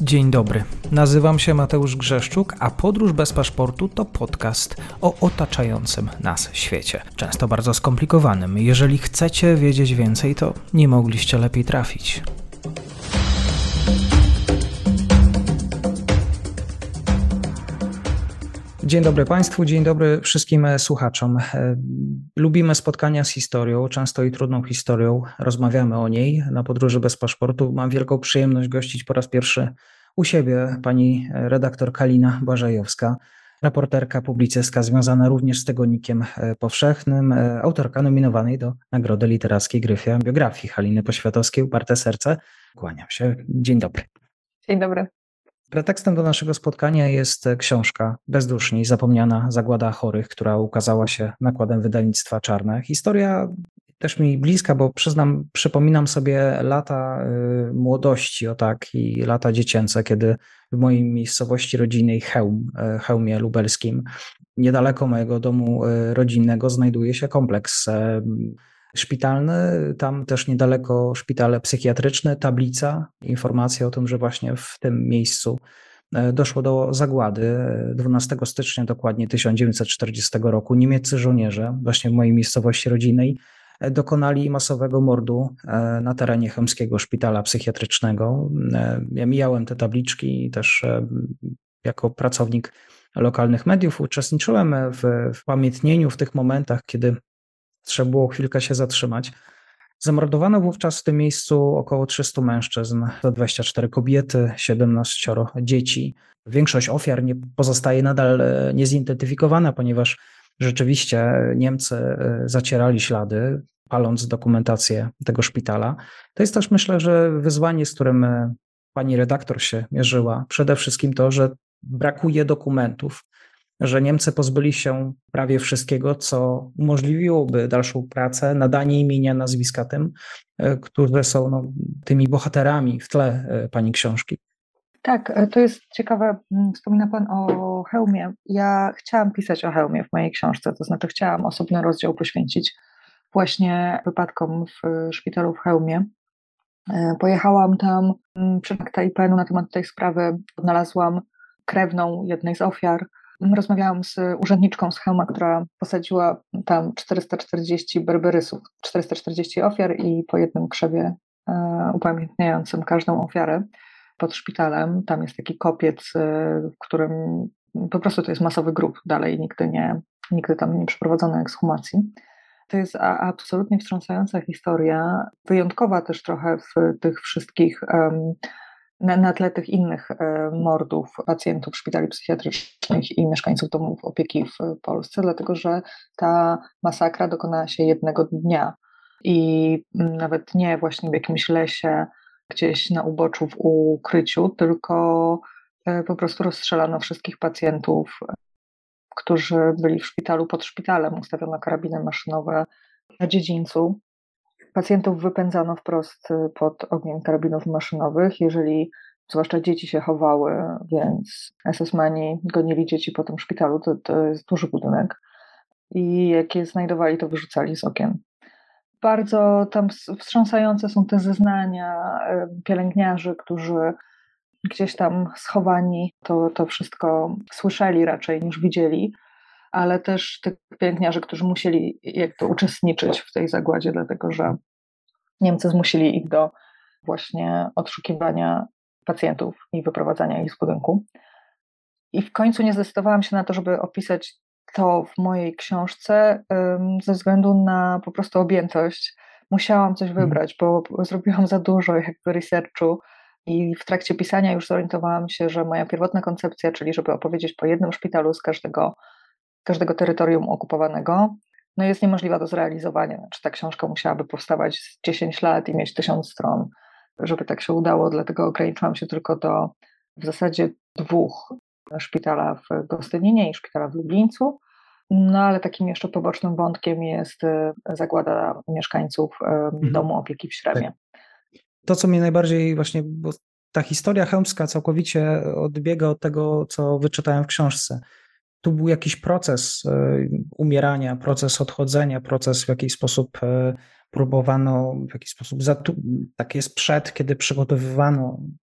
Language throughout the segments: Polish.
Dzień dobry, nazywam się Mateusz Grzeszczuk, a Podróż bez paszportu to podcast o otaczającym nas świecie. Często bardzo skomplikowanym. Jeżeli chcecie wiedzieć więcej, to nie mogliście lepiej trafić. Dzień dobry Państwu, dzień dobry wszystkim słuchaczom. Lubimy spotkania z historią, często i trudną historią. Rozmawiamy o niej na Podróży bez paszportu. Mam wielką przyjemność gościć po raz pierwszy u siebie pani redaktor Kalina Błażejowska, reporterka, publicystka związana również z Tygodnikiem Powszechnym, autorka nominowanej do Nagrody Literackiej Gryfia biografii Haliny Poświatowskiej Uparte serce. Kłaniam się. Dzień dobry. Dzień dobry. Pretekstem do naszego spotkania jest książka Bezduszni, zapomniana zagłada chorych, która ukazała się nakładem wydawnictwa Czarne. Historia też mi bliska, bo przypominam sobie lata młodości, i lata dziecięce, kiedy w mojej miejscowości rodzinnej Chełmie Lubelskim, niedaleko mojego domu rodzinnego, znajduje się kompleks szpitalny, tam też niedaleko szpital psychiatryczny, tablica, informacja o tym, że właśnie w tym miejscu doszło do zagłady 12 stycznia dokładnie 1940 roku. Niemieccy żołnierze właśnie w mojej miejscowości rodzinnej dokonali masowego mordu na terenie chełmskiego szpitala psychiatrycznego. Ja mijałem te tabliczki i też jako pracownik lokalnych mediów uczestniczyłem w pamiętnieniu w tych momentach, kiedy trzeba było chwilkę się zatrzymać. Zamordowano wówczas w tym miejscu około 300 mężczyzn, 124 kobiety, 17 dzieci. Większość ofiar nie pozostaje nadal niezidentyfikowana, ponieważ rzeczywiście Niemcy zacierali ślady, paląc dokumentację tego szpitala. To jest też, myślę, że wyzwanie, z którym pani redaktor się mierzyła. Przede wszystkim to, że brakuje dokumentów, że Niemcy pozbyli się prawie wszystkiego, co umożliwiłoby dalszą pracę, nadanie imienia, nazwiska tym, którzy są tymi bohaterami w tle pani książki. Tak, to jest ciekawe. Wspomina Pan o Chełmie. Ja chciałam pisać o Chełmie w mojej książce, to znaczy chciałam osobny rozdział poświęcić właśnie wypadkom w szpitalu w Chełmie. Pojechałam tam przy akta IPN-u na temat tej sprawy, odnalazłam krewną jednej z ofiar. Rozmawiałam z urzędniczką z Chełma, która posadziła tam 440 berberysów, 440 ofiar i po jednym krzewie upamiętniającym każdą ofiarę pod szpitalem. Tam jest taki kopiec, w którym po prostu to jest masowy grób. Dalej nigdy tam nie przeprowadzono ekshumacji. To jest absolutnie wstrząsająca historia, wyjątkowa też trochę w tych wszystkich na tle tych innych mordów pacjentów szpitali psychiatrycznych i mieszkańców domów opieki w Polsce, dlatego że ta masakra dokonała się jednego dnia i nawet nie właśnie w jakimś lesie, gdzieś na uboczu w ukryciu, tylko po prostu rozstrzelano wszystkich pacjentów, którzy byli w szpitalu, pod szpitalem. Ustawiono karabiny maszynowe na dziedzińcu. Pacjentów wypędzano wprost pod ogniem karabinów maszynowych. Jeżeli zwłaszcza dzieci się chowały, więc SS-mani gonili dzieci po tym szpitalu, to jest duży budynek. I jak je znajdowali, to wyrzucali z okien. Bardzo tam wstrząsające są te zeznania pielęgniarzy, którzy gdzieś tam schowani to wszystko słyszeli raczej niż widzieli, ale też tych pielęgniarzy, którzy musieli jakby uczestniczyć w tej zagładzie, dlatego że Niemcy zmusili ich do właśnie odszukiwania pacjentów i wyprowadzania ich z budynku. I w końcu nie zdecydowałam się na to, żeby opisać to w mojej książce ze względu na po prostu objętość. Musiałam coś wybrać, bo zrobiłam za dużo jakby researchu i w trakcie pisania już zorientowałam się, że moja pierwotna koncepcja, czyli żeby opowiedzieć po jednym szpitalu z każdego terytorium okupowanego, no jest niemożliwa do zrealizowania. Znaczy ta książka musiałaby powstawać z 10 lat i mieć 1000 stron, żeby tak się udało, dlatego ograniczyłam się tylko do w zasadzie 2 szpitala w Gostyninie i szpitala w Lublińcu. No ale takim jeszcze pobocznym wątkiem jest zagłada mieszkańców domu opieki w Śremie. To, co mnie najbardziej właśnie, bo ta historia chełmska całkowicie odbiega od tego, co wyczytałem w książce. Tu był jakiś proces umierania, proces odchodzenia, proces w jakiś sposób próbowano, w jakiś sposób, tak jest kiedy przygotowywano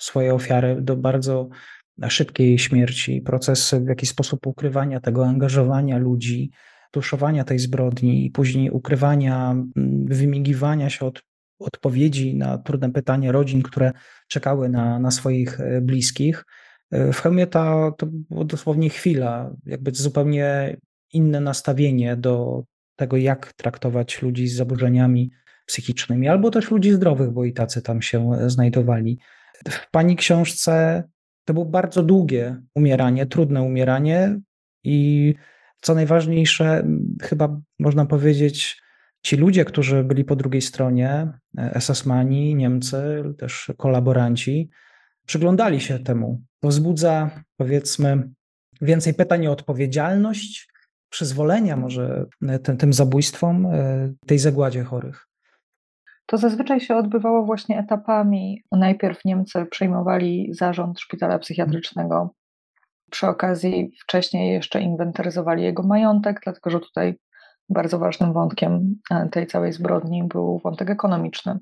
swoje ofiary do bardzo szybkiej śmierci, proces w jakiś sposób ukrywania tego, angażowania ludzi, tuszowania tej zbrodni i później ukrywania, wymigiwania się od odpowiedzi na trudne pytania rodzin, które czekały na swoich bliskich. W Chełmie to było dosłownie chwila, jakby zupełnie inne nastawienie do tego, jak traktować ludzi z zaburzeniami psychicznymi, albo też ludzi zdrowych, bo i tacy tam się znajdowali. W pani książce to było bardzo długie umieranie, trudne umieranie i co najważniejsze, chyba można powiedzieć, ci ludzie, którzy byli po drugiej stronie, SS-mani, Niemcy, też kolaboranci, przyglądali się temu. To wzbudza, powiedzmy, więcej pytań o odpowiedzialność, przyzwolenia może tym zabójstwom, tej zagładzie chorych. To zazwyczaj się odbywało właśnie etapami. Najpierw Niemcy przejmowali zarząd szpitala psychiatrycznego. Przy okazji wcześniej jeszcze inwentaryzowali jego majątek, dlatego że tutaj bardzo ważnym wątkiem tej całej zbrodni był wątek ekonomiczny.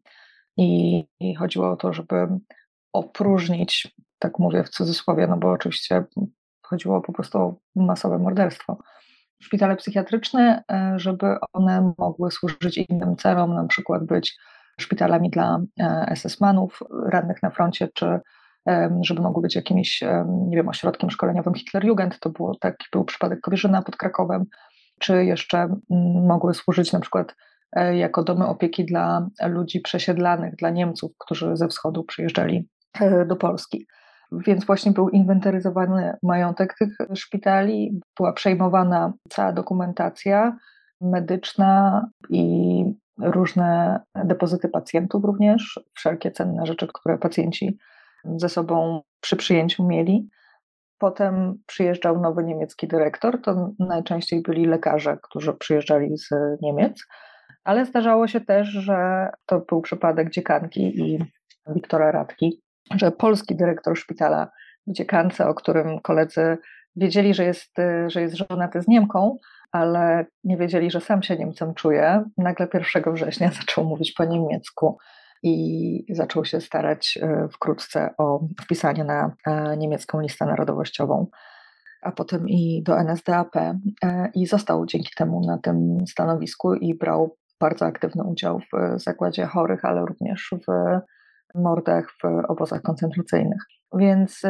I chodziło o to, żeby opróżnić, tak mówię w cudzysłowie, no bo oczywiście chodziło po prostu o masowe morderstwo. Szpitale psychiatryczne, żeby one mogły służyć innym celom, na przykład być szpitalami dla SS-manów rannych na froncie, czy żeby mogły być jakimś, nie wiem, ośrodkiem szkoleniowym Hitlerjugend, taki był przypadek Kowierzyna pod Krakowem, czy jeszcze mogły służyć na przykład jako domy opieki dla ludzi przesiedlanych, dla Niemców, którzy ze wschodu przyjeżdżali do Polski. Więc właśnie był inwentaryzowany majątek tych szpitali, była przejmowana cała dokumentacja medyczna i różne depozyty pacjentów również, wszelkie cenne rzeczy, które pacjenci ze sobą przy przyjęciu mieli. Potem przyjeżdżał nowy niemiecki dyrektor, to najczęściej byli lekarze, którzy przyjeżdżali z Niemiec, ale zdarzało się też, że to był przypadek dziekanki i Wiktora Radki, że polski dyrektor szpitala w dziekance, o którym koledzy wiedzieli, że jest żonaty z Niemką, ale nie wiedzieli, że sam się Niemcem czuje, nagle 1 września zaczął mówić po niemiecku i zaczął się starać wkrótce o wpisanie na niemiecką listę narodowościową, a potem i do NSDAP i został dzięki temu na tym stanowisku i brał bardzo aktywny udział w zagładzie chorych, ale również w mordach w obozach koncentracyjnych. Więc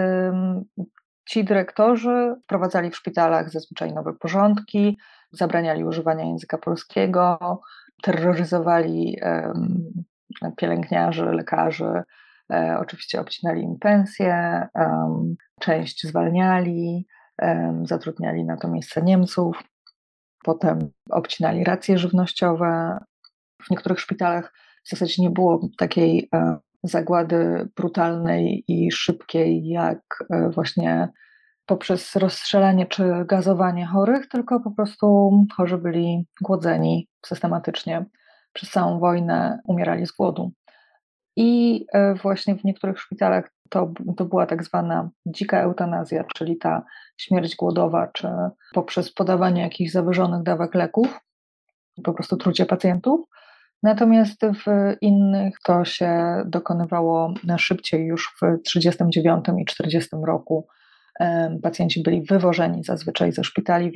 ci dyrektorzy wprowadzali w szpitalach zazwyczaj nowe porządki, zabraniali używania języka polskiego, terroryzowali pielęgniarzy, lekarzy, oczywiście obcinali im pensje, część zwalniali, zatrudniali na to miejsce Niemców, potem obcinali racje żywnościowe. W niektórych szpitalach w zasadzie nie było takiej zagłady brutalnej i szybkiej, jak właśnie poprzez rozstrzelanie czy gazowanie chorych, tylko po prostu chorzy byli głodzeni systematycznie. Przez całą wojnę umierali z głodu. I właśnie w niektórych szpitalach to była tak zwana dzika eutanazja, czyli ta śmierć głodowa, czy poprzez podawanie jakichś zawyżonych dawek leków, po prostu trucie pacjentów. Natomiast w innych to się dokonywało szybciej, już w 1939 i 1940 roku. Pacjenci byli wywożeni zazwyczaj ze szpitali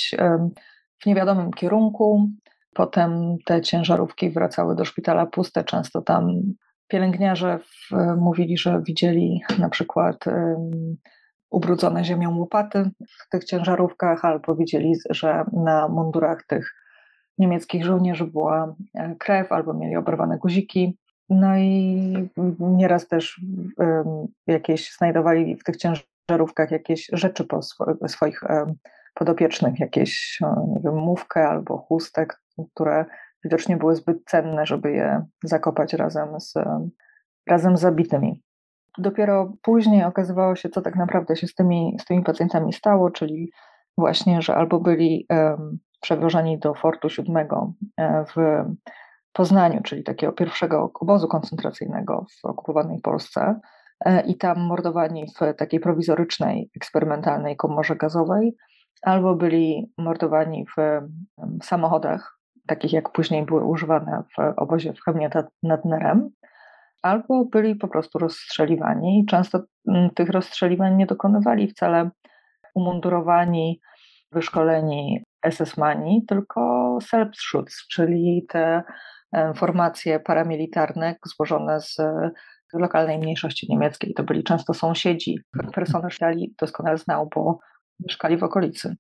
w niewiadomym kierunku. Potem te ciężarówki wracały do szpitala puste, często tam pielęgniarze mówili, że widzieli na przykład ubrudzone ziemią łopaty w tych ciężarówkach, albo widzieli, że na mundurach tych niemieckich żołnierzy była krew, albo mieli oberwane guziki. No i nieraz też znajdowali w tych ciężarówkach jakieś rzeczy po swoich podopiecznych, jakieś, nie wiem, mówkę albo chustek, które widocznie były zbyt cenne, żeby je zakopać razem z zabitymi. Dopiero później okazywało się, co tak naprawdę się z tymi pacjentami stało, czyli właśnie, że albo byli przewożeni do Fortu 7 w Poznaniu, czyli takiego pierwszego obozu koncentracyjnego w okupowanej Polsce, i tam mordowani w takiej prowizorycznej, eksperymentalnej komorze gazowej, albo byli mordowani w samochodach, takich jak później były używane w obozie w Chełmie nad Nerem, albo byli po prostu rozstrzeliwani. Często tych rozstrzeliwań nie dokonywali wcale umundurowani, wyszkoleni SS-mani, tylko Selbstschutz, czyli te formacje paramilitarne złożone z lokalnej mniejszości niemieckiej. To byli często sąsiedzi. Personel Stali doskonale znał, bo mieszkali w okolicy.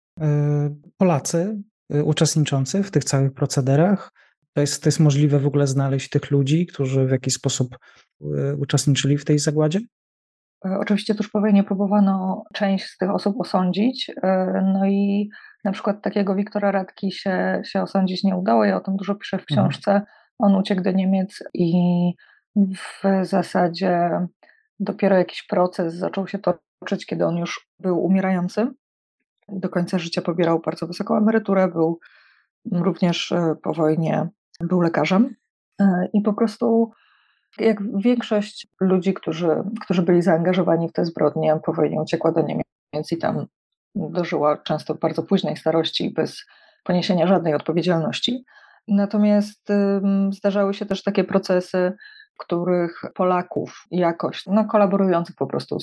Polacy uczestniczący w tych całych procederach, to jest możliwe w ogóle znaleźć tych ludzi, którzy w jakiś sposób uczestniczyli w tej zagładzie? Oczywiście tuż po wojnie próbowano część z tych osób osądzić, no i na przykład takiego Wiktora Radki się osądzić nie udało. Ja o tym dużo piszę w książce. On uciekł do Niemiec i w zasadzie dopiero jakiś proces zaczął się toczyć, kiedy on już był umierający. Do końca życia pobierał bardzo wysoką emeryturę, był również po wojnie był lekarzem i po prostu jak większość ludzi, którzy byli zaangażowani w te zbrodnie, po wojnie uciekła do Niemiec i tam dożyła często bardzo późnej starości bez poniesienia żadnej odpowiedzialności. Natomiast zdarzały się też takie procesy, w których Polaków jakoś, kolaborujących po prostu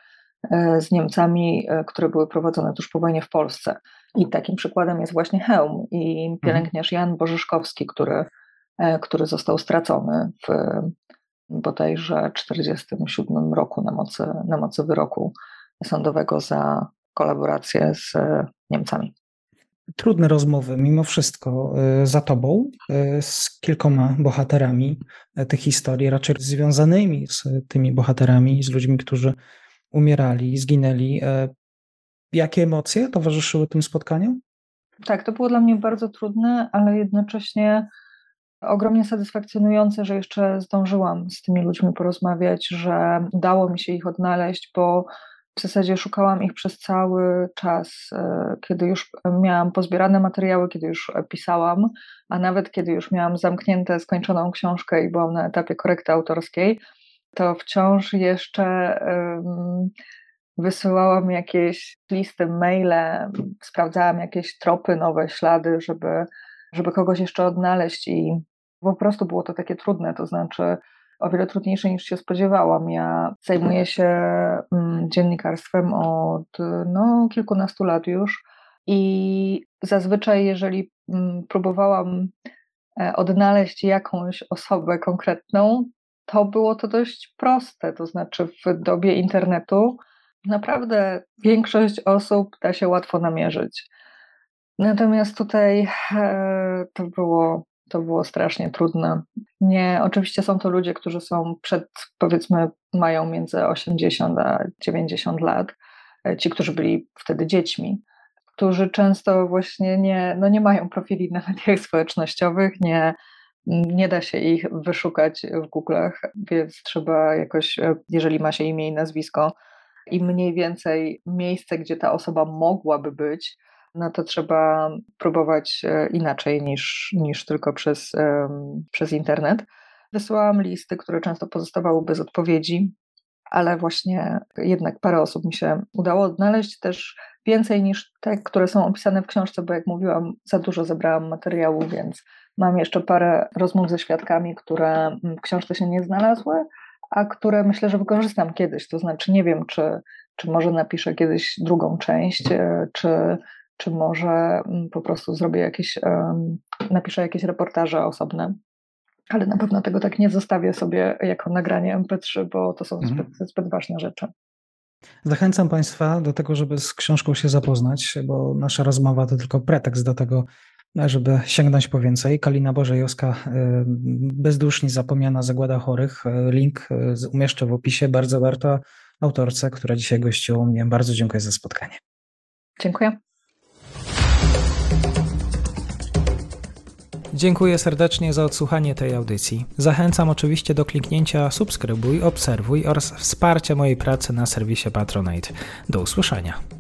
z Niemcami, które były prowadzone tuż po wojnie w Polsce. I takim przykładem jest właśnie Chełm i pielęgniarz Jan Bożyszkowski, który został stracony w bodajże 1947 roku na mocy wyroku sądowego za kolaborację z Niemcami. Trudne rozmowy, mimo wszystko, za tobą, z kilkoma bohaterami tych historii, raczej związanymi z tymi bohaterami, z ludźmi, którzy umierali, zginęli. Jakie emocje towarzyszyły tym spotkaniom? Tak, to było dla mnie bardzo trudne, ale jednocześnie ogromnie satysfakcjonujące, że jeszcze zdążyłam z tymi ludźmi porozmawiać, że udało mi się ich odnaleźć, bo w zasadzie szukałam ich przez cały czas, kiedy już miałam pozbierane materiały, kiedy już pisałam, a nawet kiedy już miałam skończoną książkę i byłam na etapie korekty autorskiej, to wciąż jeszcze wysyłałam jakieś listy, maile, sprawdzałam jakieś tropy, nowe ślady, żeby kogoś jeszcze odnaleźć i po prostu było to takie trudne, to znaczy o wiele trudniejsze niż się spodziewałam. Ja zajmuję się dziennikarstwem od kilkunastu lat już i zazwyczaj jeżeli próbowałam odnaleźć jakąś osobę konkretną, to było to dość proste, to znaczy w dobie internetu naprawdę większość osób da się łatwo namierzyć. Natomiast tutaj to było strasznie trudne. Nie, oczywiście są to ludzie, którzy są mają między 80 a 90 lat, ci, którzy byli wtedy dziećmi, którzy często właśnie nie mają profili na mediach społecznościowych, nie da się ich wyszukać w Google'ach, więc trzeba jakoś, jeżeli ma się imię i nazwisko i mniej więcej miejsce, gdzie ta osoba mogłaby być, no to trzeba próbować inaczej niż tylko przez internet. Wysyłałam listy, które często pozostawały bez odpowiedzi, ale właśnie jednak parę osób mi się udało odnaleźć, też więcej niż te, które są opisane w książce, bo jak mówiłam, za dużo zebrałam materiału, więc mam jeszcze parę rozmów ze świadkami, które w książce się nie znalazły, a które myślę, że wykorzystam kiedyś. To znaczy nie wiem, czy może napiszę kiedyś drugą część, czy może po prostu napiszę jakieś reportaże osobne, ale na pewno tego tak nie zostawię sobie jako nagranie MP3, bo to są zbyt ważne rzeczy. Zachęcam Państwa do tego, żeby z książką się zapoznać, bo nasza rozmowa to tylko pretekst do tego, żeby sięgnąć po więcej. Kalina Bożejowska, Bezduszni zapomniana zagłada chorych. Link umieszczę w opisie. Bardzo warto autorce, która dzisiaj gościła u mnie. Bardzo dziękuję za spotkanie. Dziękuję. Dziękuję serdecznie za odsłuchanie tej audycji. Zachęcam oczywiście do kliknięcia subskrybuj, obserwuj oraz wsparcia mojej pracy na serwisie Patronite. Do usłyszenia.